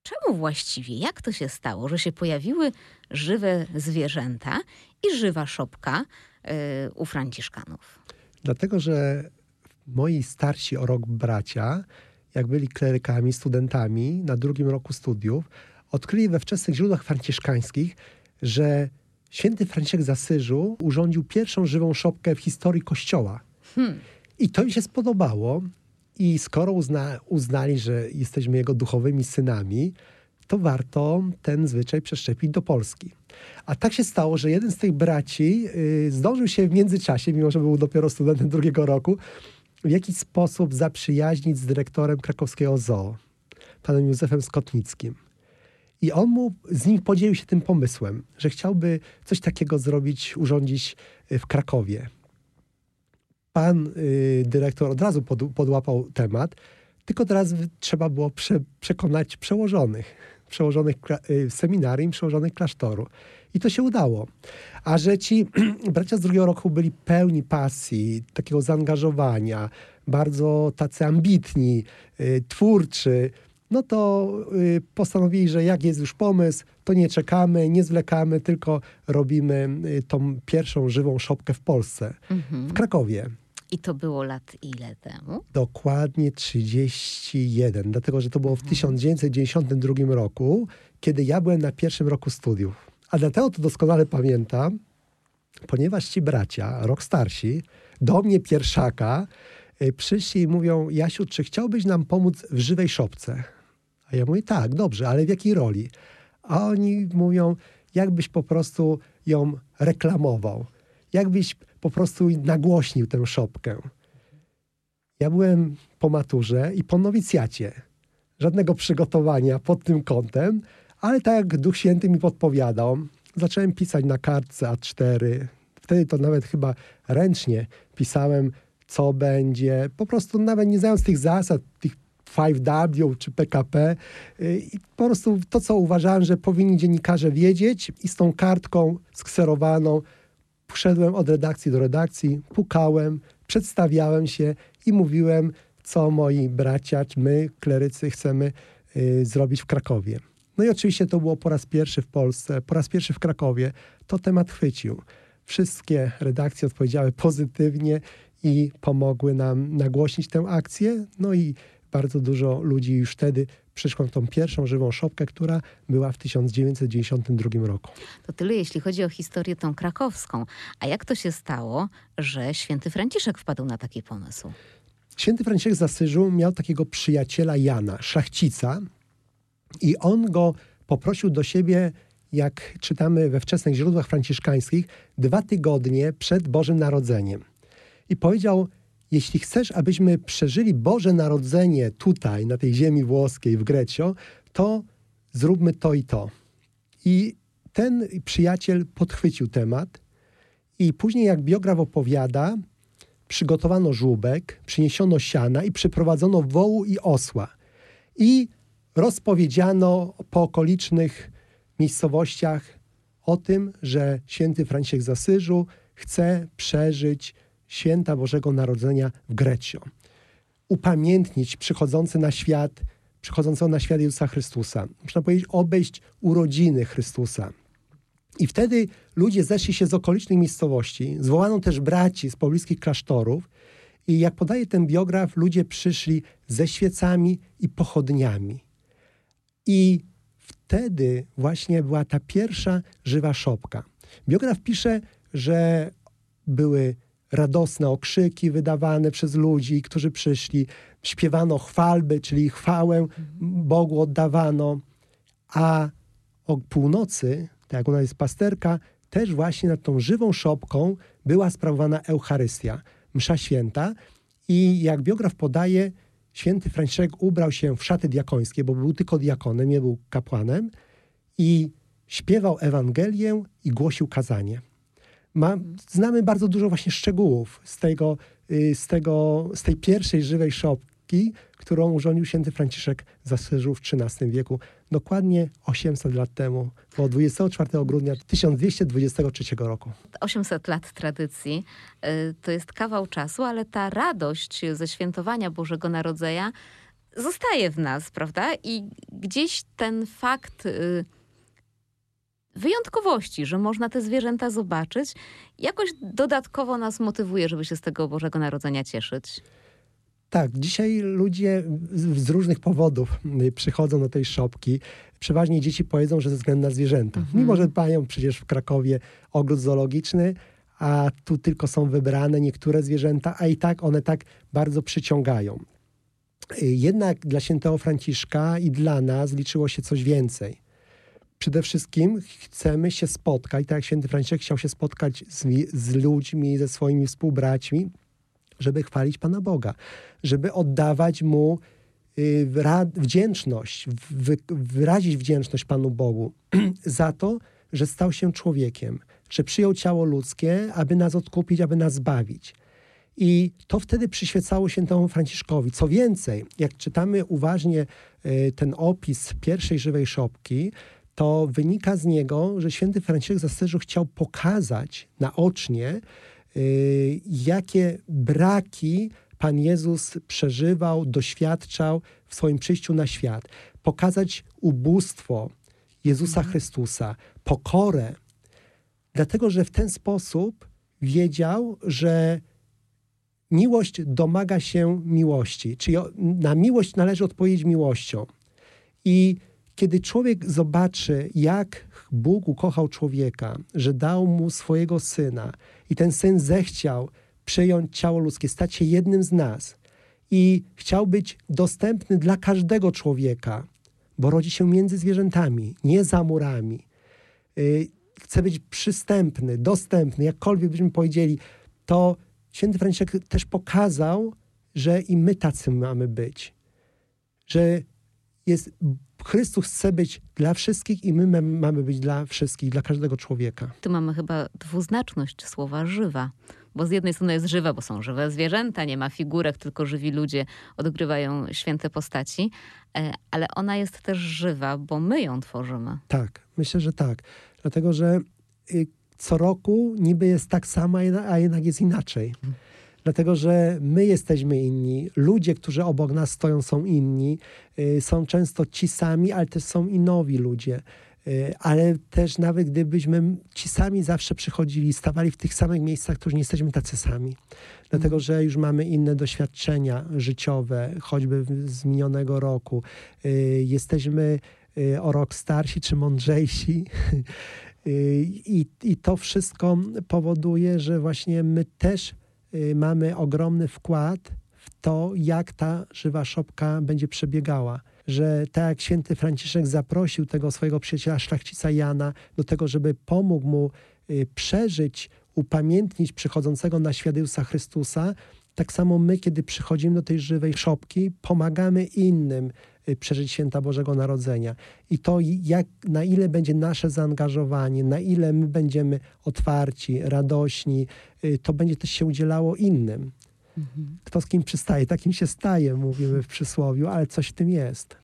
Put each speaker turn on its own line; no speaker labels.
Czemu właściwie, jak to się stało, że się pojawiły żywe zwierzęta i żywa szopka u franciszkanów?
Dlatego, że moi starsi o rok bracia, jak byli klerykami, studentami na drugim roku studiów, odkryli we wczesnych źródłach franciszkańskich, że święty Franciszek z Asyżu urządził pierwszą żywą szopkę w historii Kościoła. I to im się spodobało. I skoro uznali, że jesteśmy jego duchowymi synami, to warto ten zwyczaj przeszczepić do Polski. A tak się stało, że jeden z tych braci zdążył się w międzyczasie, mimo że był dopiero studentem drugiego roku, w jakiś sposób zaprzyjaźnić z dyrektorem krakowskiego zoo, panem Józefem Skotnickim. I on z nim podzielił się tym pomysłem, że chciałby coś takiego zrobić, urządzić w Krakowie. Pan dyrektor od razu podłapał temat, tylko teraz trzeba było przekonać przełożonych seminarium, przełożonych klasztoru. I to się udało. A że ci bracia z drugiego roku byli pełni pasji, takiego zaangażowania, bardzo tacy ambitni, twórczy, no to postanowili, że jak jest już pomysł, to nie czekamy, nie zwlekamy, tylko robimy tą pierwszą żywą szopkę w Polsce, w Krakowie.
I to było lat ile temu?
Dokładnie 31, dlatego że to było w 1992 roku, kiedy ja byłem na pierwszym roku studiów. A dlatego to doskonale pamiętam, ponieważ ci bracia, rok starsi, do mnie pierwszaka, przyszli i mówią: Jasiu, czy chciałbyś nam pomóc w żywej szopce? A ja mówię: tak, dobrze, ale w jakiej roli? A oni mówią: jakbyś po prostu ją reklamował, jakbyś po prostu nagłośnił tę szopkę. Ja byłem po maturze i po nowicjacie. Żadnego przygotowania pod tym kątem, ale tak jak Duch Święty mi podpowiadał, zacząłem pisać na kartce A4. Wtedy to nawet chyba ręcznie pisałem, co będzie. Po prostu nawet nie znając tych zasad, tych 5W czy PKP. I po prostu to, co uważałem, że powinni dziennikarze wiedzieć, i z tą kartką skserowaną szedłem od redakcji do redakcji, pukałem, przedstawiałem się i mówiłem, co moi bracia, my, klerycy, chcemy zrobić w Krakowie. No i oczywiście to było po raz pierwszy w Polsce, po raz pierwszy w Krakowie. To temat chwycił. Wszystkie redakcje odpowiedziały pozytywnie i pomogły nam nagłośnić tę akcję. No i bardzo dużo ludzi już wtedy przyszło na tą pierwszą żywą szopkę, która była w 1992 roku.
To tyle, jeśli chodzi o historię tą krakowską. A jak to się stało, że święty Franciszek wpadł na taki pomysł?
Święty Franciszek z Asyżu miał takiego przyjaciela Jana, szlachcica, i on go poprosił do siebie, jak czytamy we wczesnych źródłach franciszkańskich, 2 tygodnie przed Bożym Narodzeniem. I powiedział: jeśli chcesz, abyśmy przeżyli Boże Narodzenie tutaj, na tej ziemi włoskiej, w Greccio, to zróbmy to i to. I ten przyjaciel podchwycił temat i później, jak biograf opowiada, przygotowano żłóbek, przyniesiono siana i przyprowadzono wołu i osła. I rozpowiedziano po okolicznych miejscowościach o tym, że święty Franciszek z Asyżu chce przeżyć święta Bożego Narodzenia w Greccio. Upamiętnić przychodzącego na świat Jezusa Chrystusa. Można powiedzieć, obejść urodziny Chrystusa. I wtedy ludzie zeszli się z okolicznych miejscowości. Zwołano też braci z pobliskich klasztorów. I jak podaje ten biograf, ludzie przyszli ze świecami i pochodniami. I wtedy właśnie była ta pierwsza żywa szopka. Biograf pisze, że były radosne okrzyki wydawane przez ludzi, którzy przyszli. Śpiewano chwalby, czyli chwałę Bogu oddawano. A o północy, tak jak ona jest pasterka, też właśnie nad tą żywą szopką była sprawowana Eucharystia, msza święta. I jak biograf podaje, święty Franciszek ubrał się w szaty diakońskie, bo był tylko diakonem, nie był kapłanem, i śpiewał Ewangelię i głosił kazanie. Znamy bardzo dużo właśnie szczegółów z tej pierwszej żywej szopki, którą urządził święty Franciszek z Asyżu w XIII wieku, dokładnie 800 lat temu, bo 24 grudnia 1223 roku.
800 lat tradycji to jest kawał czasu, ale ta radość ze świętowania Bożego Narodzenia zostaje w nas, prawda? I gdzieś ten fakt wyjątkowości, że można te zwierzęta zobaczyć, jakoś dodatkowo nas motywuje, żeby się z tego Bożego Narodzenia cieszyć.
Tak, dzisiaj ludzie z różnych powodów przychodzą do tej szopki. Przeważnie dzieci powiedzą, że ze względu na zwierzęta. Mimo, że mają przecież w Krakowie ogród zoologiczny, a tu tylko są wybrane niektóre zwierzęta, a i tak one tak bardzo przyciągają. Jednak dla świętego Franciszka i dla nas liczyło się coś więcej. Przede wszystkim chcemy się spotkać, tak jak święty Franciszek chciał się spotkać z ludźmi, ze swoimi współbraćmi, żeby chwalić Pana Boga, żeby oddawać Mu wdzięczność, wyrazić wdzięczność Panu Bogu za to, że stał się człowiekiem, że przyjął ciało ludzkie, aby nas odkupić, aby nas zbawić. I to wtedy przyświecało świętemu Franciszkowi. Co więcej, jak czytamy uważnie ten opis pierwszej żywej szopki, to wynika z niego, że święty Franciszek z Asyżu chciał pokazać naocznie, jakie braki Pan Jezus przeżywał, doświadczał w swoim przyjściu na świat. Pokazać ubóstwo Jezusa Chrystusa, pokorę. Dlatego, że w ten sposób wiedział, że miłość domaga się miłości. Czyli na miłość należy odpowiedzieć miłością. I kiedy człowiek zobaczy, jak Bóg ukochał człowieka, że dał mu swojego Syna i ten Syn zechciał przyjąć ciało ludzkie, stać się jednym z nas i chciał być dostępny dla każdego człowieka, bo rodzi się między zwierzętami, nie za murami. Chce być przystępny, dostępny, jakkolwiek byśmy powiedzieli, to święty Franciszek też pokazał, że i my tacy mamy być. Że Chrystus chce być dla wszystkich i my mamy być dla wszystkich, dla każdego człowieka.
Tu mamy chyba dwuznaczność słowa żywa. Bo z jednej strony jest żywa, bo są żywe zwierzęta, nie ma figurek, tylko żywi ludzie odgrywają święte postaci, ale ona jest też żywa, bo my ją tworzymy.
Tak, myślę, że tak. Dlatego, że co roku niby jest tak samo, a jednak jest inaczej. Dlatego, że my jesteśmy inni. Ludzie, którzy obok nas stoją, są inni. Są często ci sami, ale też są i nowi ludzie. Ale też nawet gdybyśmy ci sami zawsze przychodzili, stawali w tych samych miejscach, to już nie jesteśmy tacy sami. Dlatego, że już mamy inne doświadczenia życiowe, choćby z minionego roku. Jesteśmy o rok starsi czy mądrzejsi. I to wszystko powoduje, że właśnie my też mamy ogromny wkład w to, jak ta żywa szopka będzie przebiegała. Że tak jak święty Franciszek zaprosił tego swojego przyjaciela szlachcica Jana do tego, żeby pomógł mu przeżyć, upamiętnić przychodzącego na świat Jezusa Chrystusa, tak samo my, kiedy przychodzimy do tej żywej szopki, pomagamy innym przeżyć święta Bożego Narodzenia. I to, na ile będzie nasze zaangażowanie, na ile my będziemy otwarci, radośni, to będzie też się udzielało innym. Kto z kim przystaje, takim się staje, mówimy w przysłowiu, ale coś w tym jest.